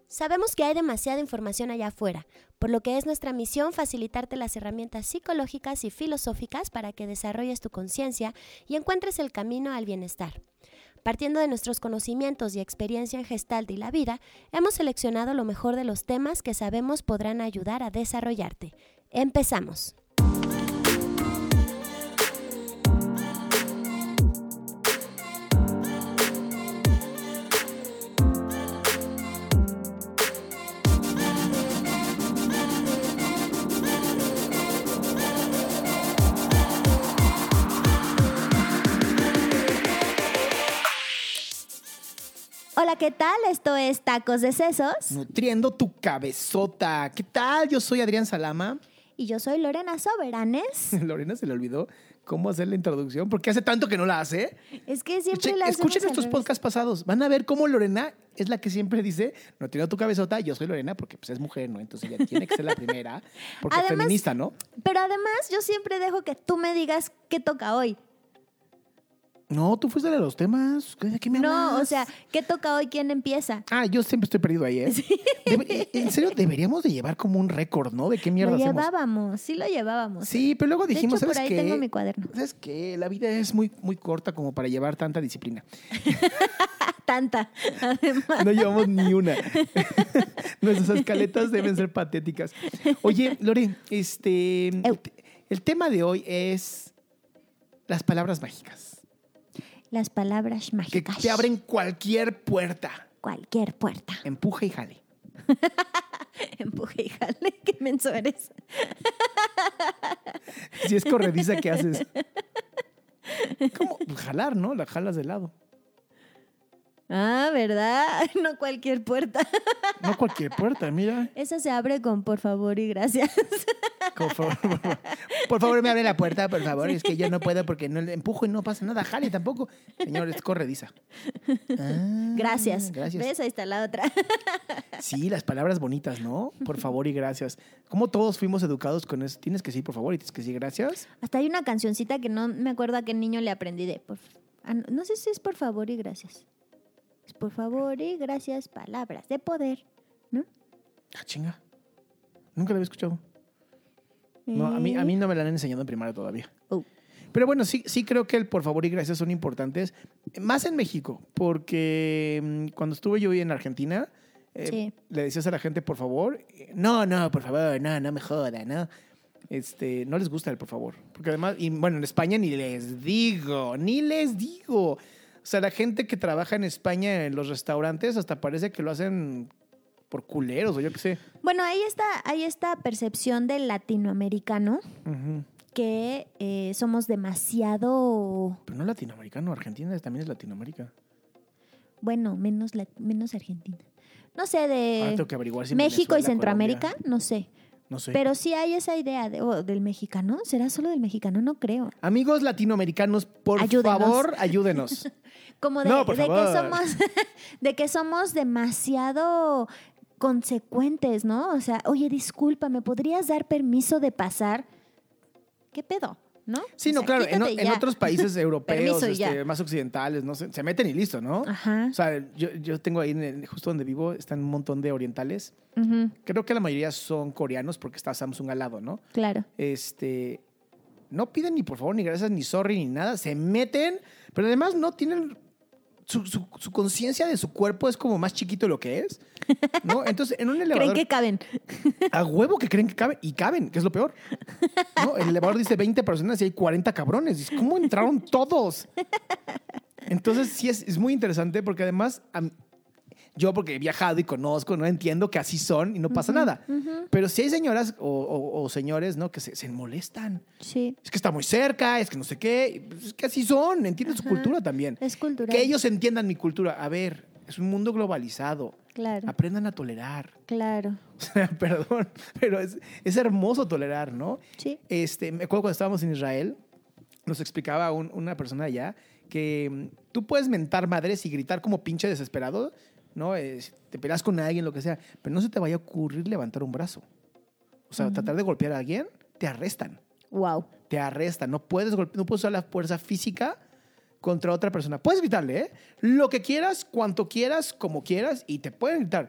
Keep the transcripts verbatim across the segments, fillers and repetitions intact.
Sabemos que hay demasiada información allá afuera, por lo que es nuestra misión facilitarte las herramientas psicológicas y filosóficas para que desarrolles tu conciencia y encuentres el camino al bienestar. Partiendo de nuestros conocimientos y experiencia en Gestalt y la vida, hemos seleccionado lo mejor de los temas que sabemos podrán ayudar a desarrollarte. ¡Empezamos! Hola, ¿qué tal? Esto es Tacos de Sesos. Nutriendo tu cabezota. ¿Qué tal? Yo soy Adrián Salama. Y yo soy Lorena Soberanes. Lorena se le olvidó cómo hacer la introducción, porque hace tanto que no la hace. Es que siempre Che, la hacemos Escuchen al estos revés. podcasts pasados. Van a ver cómo Lorena es la que siempre dice, nutriendo tu cabezota. Yo soy Lorena porque pues, es mujer, ¿no? Entonces ella tiene que ser la primera, porque es Además- feminista, ¿no? Pero además yo siempre dejo que tú me digas qué toca hoy. No, tú fuiste de los temas. ¿De qué me hablas? No, o sea, ¿qué toca hoy? ¿Quién empieza? Ah, yo siempre estoy perdido ahí, ¿eh? Debe- en serio, deberíamos de llevar como un récord, ¿no? ¿De qué mierda Lo hacemos? llevábamos, sí lo llevábamos. Sí, pero luego De dijimos, hecho, por ¿sabes ahí qué? tengo mi cuaderno. ¿Sabes qué? La vida es muy, muy corta como para llevar tanta disciplina. Tanta, además. No llevamos ni una. Nuestras escaletas deben ser patéticas. Oye, Lore, este, Eu. el tema de hoy es las palabras mágicas Las palabras que mágicas. te abren cualquier puerta. Cualquier puerta. Empuje y jale. Empuje y jale, qué menso eres. Si es corrediza, ¿qué haces? ¿Cómo? Pues jalar, ¿no? La jalas de lado. Ah, ¿verdad? No cualquier puerta. No cualquier puerta, mira. Esa se abre con por favor y gracias. Por favor, por favor, por favor, me abre la puerta, por favor. Es que yo no puedo porque no le empujo y no pasa nada. Jale tampoco. Señor, es corrediza. Ah, Gracias. Gracias. ¿Ves? Ahí está la otra. Sí, las palabras bonitas, ¿no? Por favor y gracias. ¿Cómo todos fuimos educados con eso? Tienes que decir por favor y tienes que decir gracias. Hasta hay una cancioncita que no me acuerdo a qué niño le aprendí de... Por, ah, no, no sé si es por favor y gracias. Es por favor y gracias, palabras de poder. ¿No? Ah, chinga. Nunca la había escuchado. No, a mí, a mí no me la han enseñado en primaria todavía. Oh. Pero bueno, sí, sí creo que el por favor y gracias son importantes. Más en México, porque mm, cuando estuve yo en Argentina, eh, Sí. le decías a la gente por favor. No, no, por favor, no, no me joda, ¿no? Este, no les gusta el por favor. Porque además, y bueno, en España ni les digo, ni les digo. O sea, la gente que trabaja en España en los restaurantes hasta parece que lo hacen por culeros o yo qué sé. Bueno, ahí está, hay esta percepción del latinoamericano Ujú. que eh, somos demasiado... Pero no latinoamericano, Argentina también es Latinoamérica. Bueno, menos, la- menos Argentina. No sé, Ahora de tengo que averiguar si México y Venezuela, Centroamérica, Colombia, no sé. no sé. Pero sí hay esa idea de, oh, del mexicano. ¿Será solo del mexicano? No creo. Amigos latinoamericanos, por Ayúdenos. favor, ayúdenos. Como de, No, por de que favor. somos, de que somos demasiado consecuentes, ¿no? O sea, oye, disculpa, ¿me podrías dar permiso de pasar? ¿Qué pedo? ¿No? Sí, O no, sea, claro, en, quítate en ya. otros países europeos, Permiso y este, ya. más occidentales, no sé, se meten y listo, ¿no? Ajá. O sea, yo, yo tengo ahí, en el- justo donde vivo, están un montón de orientales. Ujú, Creo que la mayoría son coreanos porque está Samsung al lado, ¿no? claro. Este, no piden ni por favor, ni gracias, ni sorry, ni nada. Se meten, pero además no tienen... Su, su- su conciencia de su cuerpo es como más chiquito de lo que es, ¿no? Entonces, en un elevador... ¿Creen que caben? A huevo que creen que caben. Y caben, que es lo peor. ¿No? El elevador dice veinte personas y hay cuarenta cabrones. Dices, ¿cómo entraron todos? Entonces, sí es, es muy interesante porque además... am- yo porque he viajado y conozco, no entiendo que así son y no pasa nada. Pero si hay señoras o, o- o señores, ¿no? Que se, se molestan. Sí. Es que está muy cerca, es que no sé qué. Pues es que así son, entienden su Ajá. cultura también. Es cultural. Que ellos entiendan mi cultura. A ver, es un mundo globalizado. Claro, Aprendan a tolerar. claro. O sea, perdón, pero es, es hermoso tolerar, ¿no? Sí. Este, me acuerdo cuando estábamos en Israel, nos explicaba un- una persona allá que mm, tú puedes mentar madres y gritar como pinche desesperado, ¿no? Eh, si te peleas con alguien, lo que sea, pero no se te vaya a ocurrir levantar un brazo. O sea, tratar de golpear a alguien, te arrestan. Wow. Te arrestan. No puedes, golpe- no puedes usar la fuerza física contra otra persona. Puedes gritarle, ¿eh? Lo que quieras, cuanto quieras, como quieras, y te pueden gritar.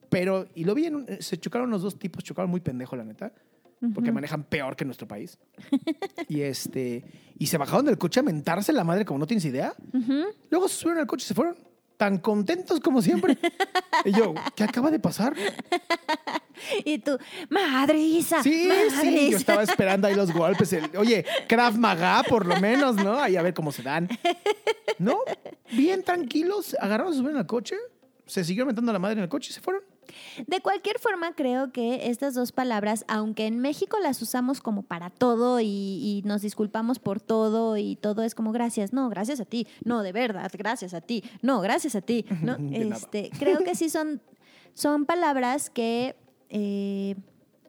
Pero, y lo vi, en un- se chocaron los dos tipos, chocaron muy pendejo, la neta, porque manejan peor que en nuestro país. y este y se bajaron del coche a mentarse la madre como no tienes idea. Ujú. Luego se subieron al coche y se fueron tan contentos como siempre. Y yo, ¿qué acaba de pasar? Y tú, madriza, Sí, madriza. sí, yo estaba esperando ahí los golpes. el- oye, Krav Maga, por lo menos, ¿no? Ahí a ver cómo se dan. No, bien tranquilos, agarraron, se subieron al coche, se siguieron metiendo la madre en el coche y se fueron. De cualquier forma, creo que estas dos palabras, aunque en México las usamos como para todo y, y nos disculpamos por todo y todo es como gracias, no, gracias a ti, no, de verdad, gracias a ti, no, gracias a ti, ¿no? De nada. este, creo que sí son, son palabras que eh,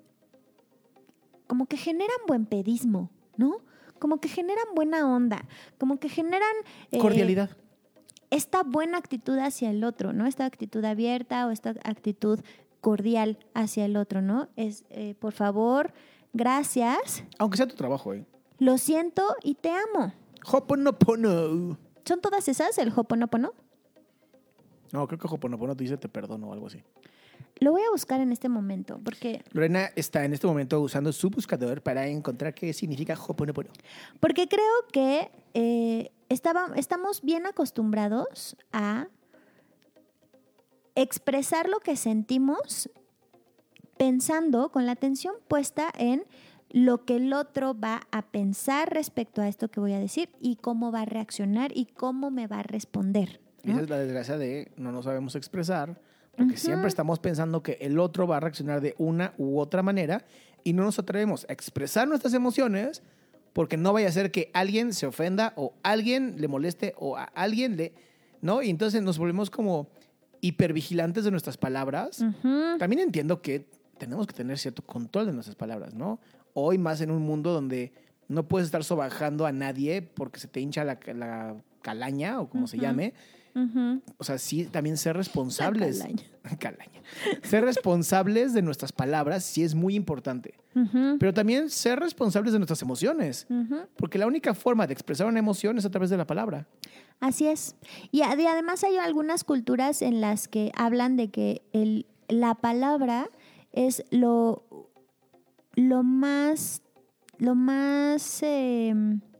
como que generan buen pedismo, ¿no? Como que generan buena onda, como que generan eh, Cordialidad. esta buena actitud hacia el otro, ¿no? Esta actitud abierta o esta actitud cordial hacia el otro, ¿no? Es, eh, por favor, gracias, Aunque sea tu trabajo, ¿eh? lo siento y te amo. Hoponopono. ¿Son todas esas el Hoponopono? No, creo que Hoponopono te dice te perdono o algo así. Lo voy a buscar en este momento porque, Lorena está en este momento usando su buscador para encontrar qué significa Hoponopono. porque creo que eh, estaba, estamos bien acostumbrados a expresar lo que sentimos pensando con la atención puesta en lo que el otro va a pensar respecto a esto que voy a decir y cómo va a reaccionar y cómo me va a responder, Y esa ¿no? es la desgracia de no nos sabemos expresar, porque Ujú. siempre estamos pensando que el otro va a reaccionar de una u otra manera y no nos atrevemos a expresar nuestras emociones porque no vaya a ser que alguien se ofenda o alguien le moleste o a alguien le... ¿No? Y entonces nos volvemos como hipervigilantes de nuestras palabras. Ujú. También entiendo que tenemos que tener cierto control de nuestras palabras, ¿no? Hoy más en un mundo donde no puedes estar sobajando a nadie porque se te hincha la, la calaña o como se Ujú. llame. Ujú. O sea, sí, también ser responsables. La calaña. Calaña. Ser responsables de nuestras palabras sí es muy importante. Ujú. Pero también ser responsables de nuestras emociones. Ujú. Porque la única forma de expresar una emoción es a través de la palabra. Así es. Y, ad- y además hay algunas culturas en las que hablan de que el, la palabra es lo, lo más, lo más, eh,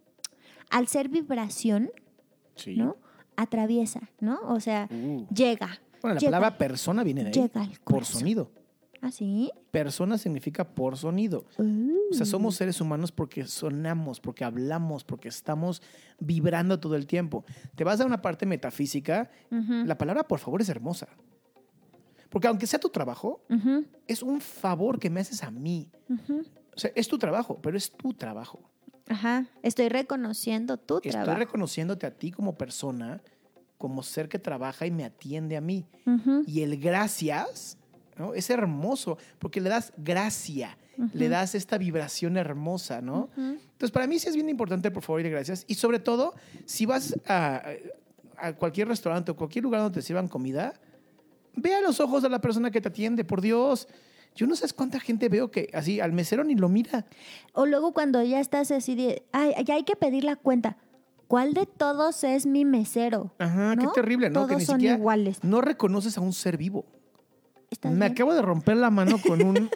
al ser vibración, Sí. ¿no? Atraviesa, ¿no? O sea, Uh. llega. Bueno, la llega, palabra persona viene de ahí. llega al Por corazón. sonido. ¿Ah, sí? Persona significa por sonido. O sea, somos seres humanos porque sonamos, porque hablamos, porque estamos vibrando todo el tiempo. Te vas a una parte metafísica, Ujú. la palabra por favor es hermosa. Porque aunque sea tu trabajo, Ujú. es un favor que me haces a mí. Ujú. O sea, es tu trabajo, pero es tu trabajo. Ajá. Estoy reconociendo tu Estoy trabajo. reconociéndote a ti como persona, como ser que trabaja y me atiende a mí. Ujú. Y el gracias, ¿no? Es hermoso, porque le das gracia, le das esta vibración hermosa, ¿no? Ujú. Entonces, para mí sí es bien importante, por favor, y gracias. Y sobre todo, si vas a, a cualquier restaurante o cualquier lugar donde te sirvan comida, ve a los ojos de la persona que te atiende, por Dios. Yo no sé cuánta gente veo que así al mesero ni lo mira. O luego cuando ya estás así de, ay, ya hay que pedir la cuenta. ¿Cuál de todos es mi mesero? Ajá, ¿No? qué terrible, ¿no? Todos que ni son siquiera iguales. no reconoces a un ser vivo. ¿Estás Me bien? acabo de romper la mano con un...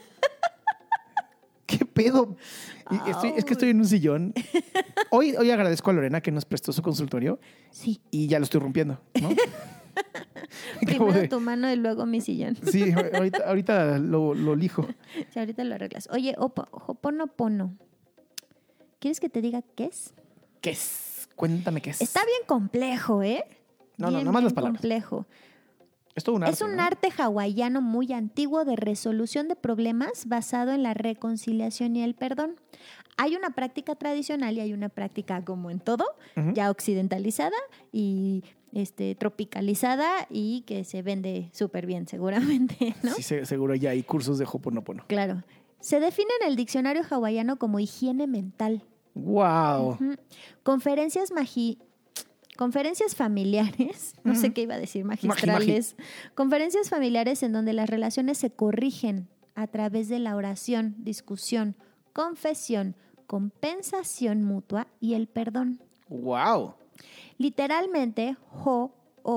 ¿Qué pedo? Y estoy- es que estoy en un sillón. Hoy, hoy agradezco a Lorena que nos prestó su consultorio Sí. y ya lo estoy rompiendo, ¿no? Acabo Primero de- tu mano y luego mi sillón. Sí, ahorita, ahorita lo, lo lijo. Sí, ahorita lo arreglas. Oye, opo- Hoponopono. ¿Quieres que te diga qué es? ¿Qué es? Cuéntame qué es. Está bien complejo, ¿eh? No, no, Bien, nomás bien las palabras. complejo. Es todo un arte, Es un ¿no? arte hawaiano muy antiguo de resolución de problemas basado en la reconciliación y el perdón. Hay una práctica tradicional y hay una práctica como en todo, Ujú. ya occidentalizada y este, tropicalizada y que se vende súper bien seguramente, ¿no? Sí, se- seguro ya hay cursos de Hoponopono. Claro. Se define en el diccionario hawaiano como higiene mental. ¡Wow! Ujú. Conferencias magi... Conferencias familiares, no sé Ujú. qué iba a decir, Magi, magistrales. Conferencias familiares en donde las relaciones se corrigen a través de la oración, discusión, confesión, compensación mutua y el perdón. ¡Wow! Literalmente, ho o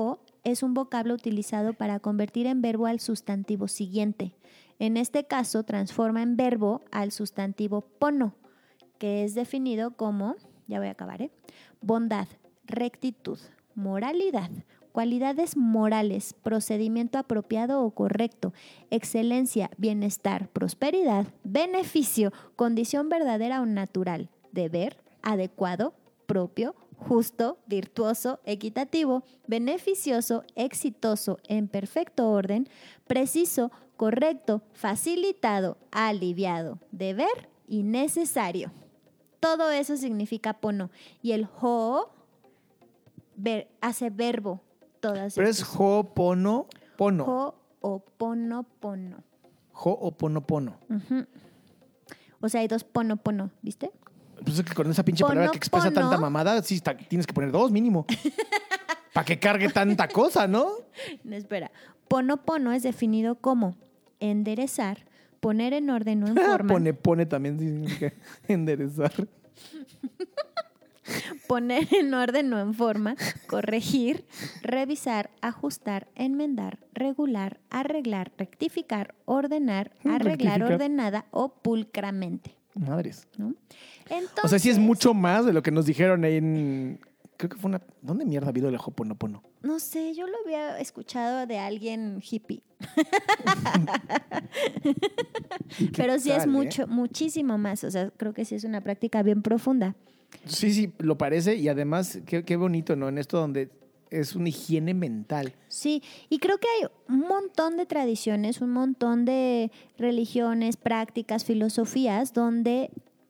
es un vocablo utilizado para convertir en verbo al sustantivo siguiente. En este caso, transforma en verbo al sustantivo pono, que es definido como, ya voy a acabar, ¿eh? Bondad, rectitud, moralidad, cualidades morales, procedimiento apropiado o correcto, excelencia, bienestar, prosperidad, beneficio, condición verdadera o natural, deber, adecuado, propio, justo, virtuoso, equitativo, beneficioso, exitoso, en perfecto orden, preciso, correcto, facilitado, aliviado, deber y necesario. Todo eso significa pono. Y el ho ver, hace verbo. Todas Pero estas. es Ho'opono, pono. Ho o pono pono. Ho'opono, pono. Uh-huh. O sea, hay dos pono pono, ¿viste? Pues es que con esa pinche Pono, palabra que expresa pono. tanta mamada, sí, está- tienes que poner dos mínimo. Para que cargue tanta cosa, ¿no? No, espera. Pono pono es definido como enderezar, poner en orden o en forma. Pone, pone también significa enderezar. Poner en orden o en forma, corregir, revisar, ajustar, enmendar, regular, arreglar, rectificar, ordenar, arreglar Rectificar. ordenada o pulcramente, Madres. ¿no? Entonces, O sea, sí es mucho más de lo que nos dijeron ahí en... Creo que fue una... ¿Dónde mierda ha habido el Ho'oponopono? No sé, yo lo había escuchado de alguien hippie. Pero sí es tal, eh? mucho, muchísimo más. O sea, creo que sí es una práctica bien profunda. Sí, sí, lo parece. Y además, qué, qué bonito, ¿no? En esto donde es una higiene mental. Sí, y creo que hay un montón de tradiciones, un montón de religiones, prácticas, filosofías, donde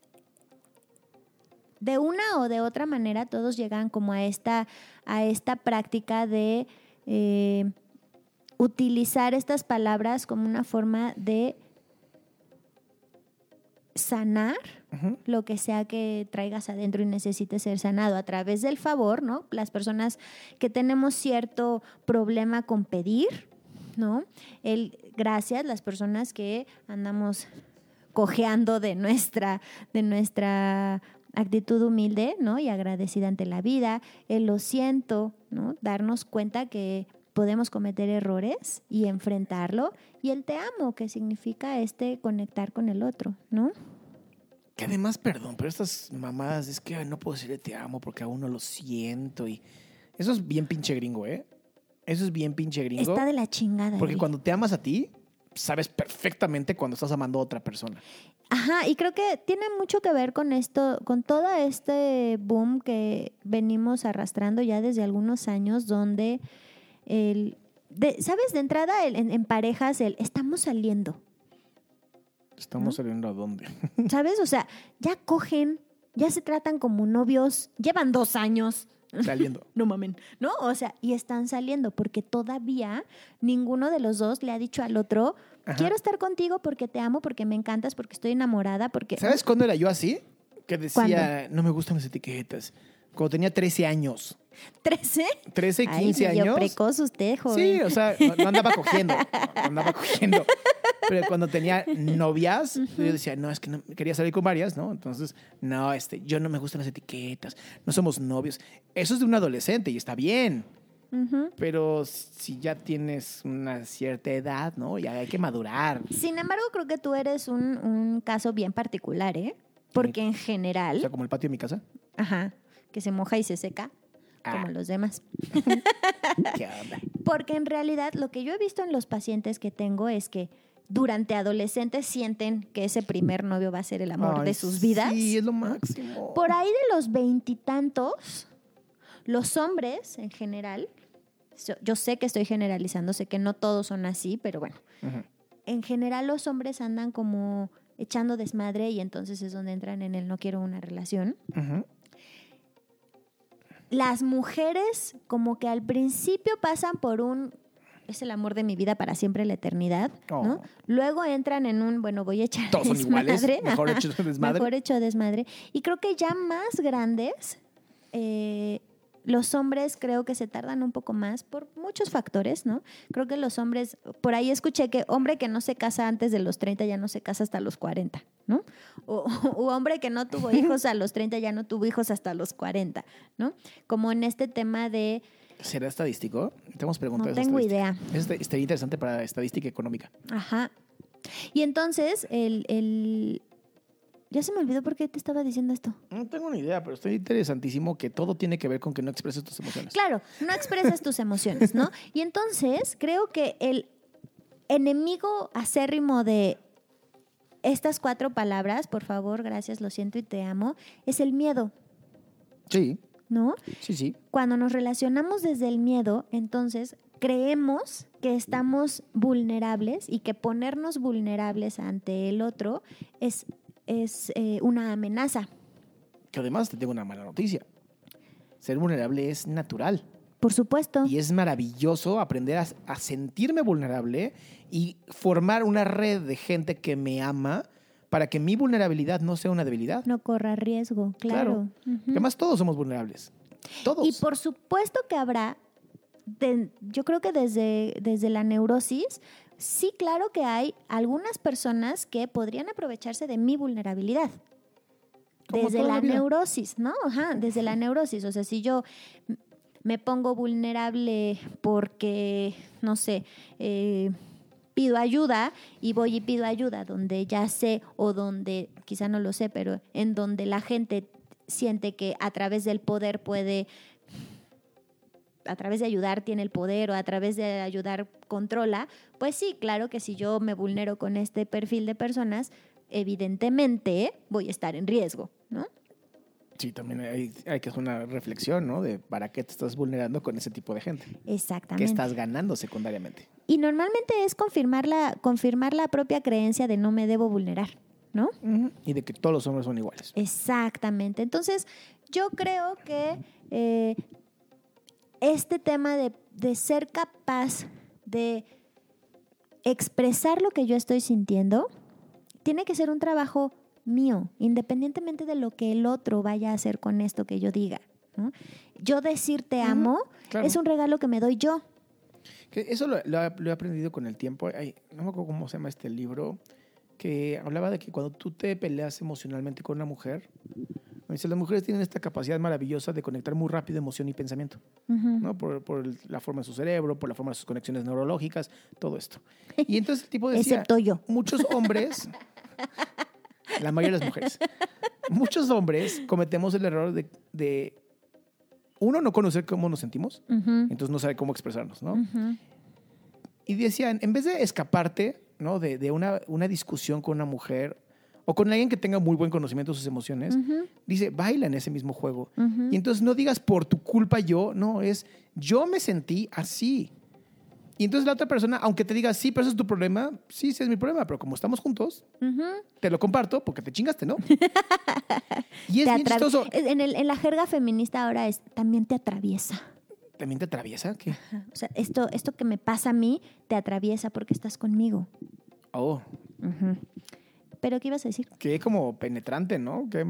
de una o de otra manera todos llegan como a esta, a esta práctica de eh, utilizar estas palabras como una forma de sanar Ujú. lo que sea que traigas adentro y necesites ser sanado a través del favor, ¿no? Las personas que tenemos cierto problema con pedir, ¿no? El gracias, las personas que andamos cojeando de nuestra, de nuestra actitud humilde, ¿no? Y agradecida ante la vida, el lo siento, ¿no? Darnos cuenta que podemos cometer errores y enfrentarlo, y el te amo, que significa este conectar con el otro, ¿no? Que además, perdón, pero estas mamadas es que ay, no puedo decirle te amo porque aún no lo siento. Y eso es bien pinche gringo, ¿eh? Eso es bien pinche gringo. Está de la chingada. Porque Eric. cuando te amas a ti, sabes perfectamente cuando estás amando a otra persona. Ajá, y creo que tiene mucho que ver con esto, con todo este boom que venimos arrastrando ya desde algunos años, donde el, de, ¿sabes? De entrada el, en, en parejas el estamos saliendo, ¿Estamos ¿no? saliendo a dónde? ¿sabes? O sea, ya cogen, ya se tratan como novios, llevan dos años. Saliendo. No mamen, ¿no? O sea, y están saliendo porque todavía ninguno de los dos le ha dicho al otro, Ajá. quiero estar contigo porque te amo, porque me encantas, porque estoy enamorada, porque... ¿Sabes cuándo era yo así? Que decía, no me gustan las etiquetas. Cuando tenía trece años. ¿trece? trece, quince Ay, medio años. precoz usted, joven. Sí, o sea, no, no andaba cogiendo. No andaba cogiendo. Pero cuando tenía novias, uh-huh. yo decía, no, es que no, quería salir con varias, ¿no? Entonces, no, este, yo no me gustan las etiquetas, no somos novios. Eso es de un adolescente y está bien. Uh-huh. Pero si ya tienes una cierta edad, ¿no? Ya hay que madurar. Sin embargo, creo que tú eres un, un caso bien particular, ¿eh? Porque en general... O sea, como el patio de mi casa. Ajá, que se moja y se seca. Como Ah. los demás. ¿Qué onda? Porque en realidad lo que yo he visto en los pacientes que tengo es que durante adolescentes sienten que ese primer novio va a ser el amor Ay, de sus vidas. Sí, es lo máximo. Por ahí de los veintitantos, los hombres en general, yo sé que estoy generalizando, sé que no todos son así, pero bueno, uh-huh. en general los hombres andan como echando desmadre y entonces es donde entran en el no quiero una relación. Uh-huh. Las mujeres como que al principio pasan por un, es el amor de mi vida para siempre, la eternidad, oh. ¿no? Luego entran en un, bueno, voy a echar Todos desmadre. Son iguales, mejor hecho desmadre. Mejor hecho desmadre. Y creo que ya más grandes, eh, los hombres creo que se tardan un poco más por muchos factores, ¿no? Creo que los hombres, por ahí escuché que hombre que no se casa antes de los treinta ya no se casa hasta los cuarenta, ¿no? O, o hombre que no tuvo hijos a los treinta ya no tuvo hijos hasta los cuarenta, ¿no? Como en este tema de ¿Será estadístico? Te hemos preguntado. No tengo idea. Eso estaría interesante para estadística económica. Ajá. Y entonces, el, el... Ya se me olvidó por qué te estaba diciendo esto. No tengo ni idea, pero estoy interesantísimo que todo tiene que ver con que no expreses tus emociones. Claro, no expresas tus emociones, ¿no? Y entonces, creo que el enemigo acérrimo de estas cuatro palabras, por favor, gracias, lo siento y te amo, es el miedo, Sí, ¿no? sí, sí. Cuando nos relacionamos desde el miedo, entonces creemos que estamos vulnerables y que ponernos vulnerables ante el otro es, es eh, una amenaza. Que además te tengo una mala noticia. Ser vulnerable es natural. Por supuesto. Y es maravilloso aprender a, a sentirme vulnerable y formar una red de gente que me ama para que mi vulnerabilidad no sea una debilidad. No corra riesgo, claro. Claro. Además, todos somos vulnerables. Todos. Y por supuesto que habrá, de, yo creo que desde, desde la neurosis, sí, claro que hay algunas personas que podrían aprovecharse de mi vulnerabilidad. Como Desde toda la la vida. neurosis, ¿no? Ajá, desde la neurosis. O sea, si yo me pongo vulnerable porque, no sé, eh, pido ayuda y voy y pido ayuda donde ya sé o donde, quizá no lo sé, pero en donde la gente siente que a través del poder puede, a través de ayudar tiene el poder o a través de ayudar controla, pues sí, claro que si yo me vulnero con este perfil de personas, evidentemente voy a estar en riesgo, ¿no? Sí, también hay, hay que hacer una reflexión, ¿no? De para qué te estás vulnerando con ese tipo de gente. Exactamente. ¿Qué estás ganando secundariamente? Y normalmente es confirmar la, confirmar la propia creencia de no me debo vulnerar, ¿no? Uh-huh. Y de que todos los hombres son iguales. Exactamente. Entonces, yo creo que eh, este tema de, de ser capaz de expresar lo que yo estoy sintiendo tiene que ser un trabajo mío, independientemente de lo que el otro vaya a hacer con esto que yo diga, ¿no? Yo decir te amo Uh-huh. Claro. es un regalo que me doy yo. Que eso lo, lo, lo he aprendido con el tiempo. Ay, no me acuerdo cómo se llama este libro, que hablaba de que cuando tú te peleas emocionalmente con una mujer, dice, las mujeres tienen esta capacidad maravillosa de conectar muy rápido emoción y pensamiento, Uh-huh. ¿no? Por, por el- la forma de su cerebro, por la forma de sus conexiones neurológicas, todo esto. Y entonces el tipo decía, Excepto yo. muchos hombres, la mayoría de las mujeres, muchos hombres cometemos el error de, de uno, no conocer cómo nos sentimos, Uh-huh. entonces no sabe cómo expresarnos, ¿no? Uh-huh. Y decían, en vez de escaparte, ¿no? de, de una, una discusión con una mujer o con alguien que tenga muy buen conocimiento de sus emociones, Uh-huh. dice, baila en ese mismo juego. Uh-huh. Y entonces no digas por tu culpa yo, no, es yo me sentí así. Y entonces la otra persona, aunque te diga, sí, pero ese es tu problema, sí, sí es mi problema, pero como estamos juntos, Uh-huh. te lo comparto porque te chingaste, ¿no? Y es Te bien atra- chistoso. En, el- en la jerga feminista ahora es también te atraviesa. ¿También te atraviesa? ¿Qué? O sea, esto, esto que me pasa a mí te atraviesa porque estás conmigo. Oh, Ujú. ¿Pero qué ibas a decir? qué como penetrante, ¿no? Qué,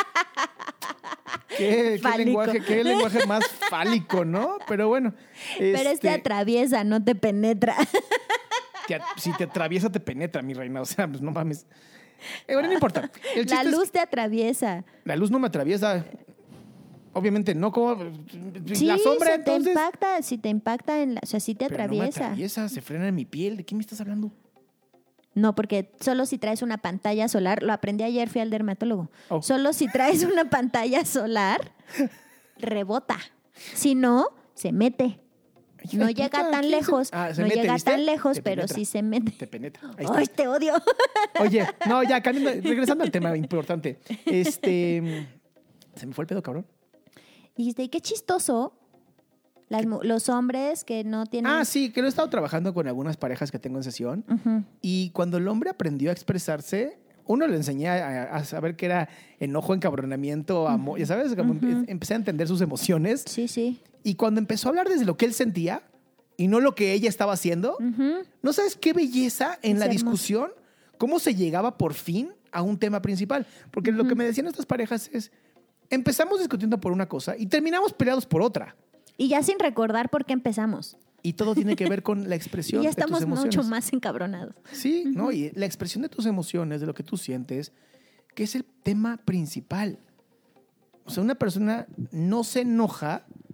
qué, qué Fálico. lenguaje, qué lenguaje más fálico, ¿no? Pero bueno. Pero este este, atraviesa, no te penetra. te a- si te atraviesa, te penetra, mi reina. O sea, pues no mames. Eh, bueno, no importa. El La chiste es- luz te atraviesa. la luz no me atraviesa. Obviamente no, como Sí, la sombra, se entonces. te impacta, si te impacta, en la, o sea, sí te Pero no me atraviesa. atraviesa, se frena en mi piel. ¿De qué me estás hablando? No, porque solo si traes una pantalla solar, lo aprendí ayer, fui al dermatólogo. Oh. Solo si traes una pantalla solar, rebota. Si no, se mete. Ay, No ay, llega puta, tan ¿quién se- lejos, Ah, se no mete, llega ¿viste? tan lejos, Te pero penetra, sí se mete. Te penetra. Ahí está. ¡Ay, te odio! Oye, no, ya, cambiando, regresando al tema importante. Este. Se me fue el pedo, cabrón. Dijiste, y qué chistoso. Las mu- los hombres que no tienen... Ah, sí, que lo he estado trabajando con algunas parejas que tengo en sesión. Ujú. Y cuando el hombre aprendió a expresarse, uno le enseñé a, a saber que era enojo, encabronamiento, amor. Ya sabes, como Ujú. empe- empecé a entender sus emociones. Sí, sí. Y cuando empezó a hablar desde lo que él sentía y no lo que ella estaba haciendo, Ujú. ¿no sabes qué belleza en Es la hermoso. discusión? ¿Cómo se llegaba por fin a un tema principal? Porque lo que me decían estas parejas es, empezamos discutiendo por una cosa y terminamos peleados por otra. Y ya sin recordar por qué empezamos. Y todo tiene que ver con la expresión Y ya de tus estamos emociones. mucho más encabronados. Sí, ¿no? Y la expresión de tus emociones, de lo que tú sientes, que es el tema principal. O sea, una persona no se enoja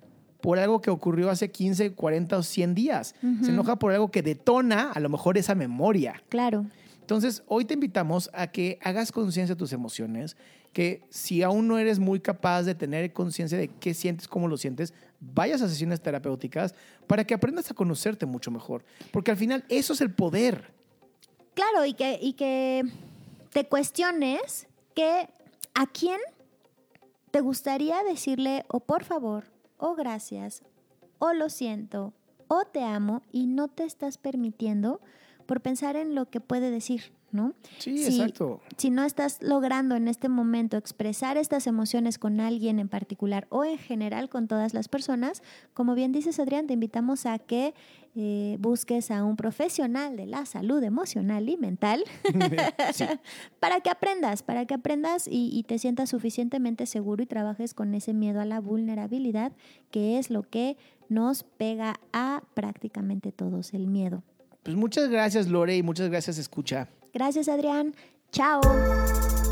por algo que ocurrió hace quince, cuarenta o cien días. Ujú. Se enoja por algo que detona a lo mejor esa memoria. Claro. Entonces, hoy te invitamos a que hagas conciencia de tus emociones, que si aún no eres muy capaz de tener conciencia de qué sientes, cómo lo sientes, vayas a sesiones terapéuticas para que aprendas a conocerte mucho mejor. Porque al final eso es el poder. Claro, y que, y que te cuestiones que a quién te gustaría decirle o por favor, o gracias, o lo siento, o te amo, y no te estás permitiendo por pensar en lo que puede decir, ¿no? Sí, Si- exacto. Si no estás logrando en este momento expresar estas emociones con alguien en particular o en general con todas las personas, como bien dices, Adrián, te invitamos a que eh, busques a un profesional de la salud emocional y mental Sí. para que aprendas, para que aprendas y, y te sientas suficientemente seguro y trabajes con ese miedo a la vulnerabilidad, que es lo que nos pega a prácticamente todos, el miedo. Pues muchas gracias, Lore, y muchas gracias, escucha. Gracias, Adrián. Chao.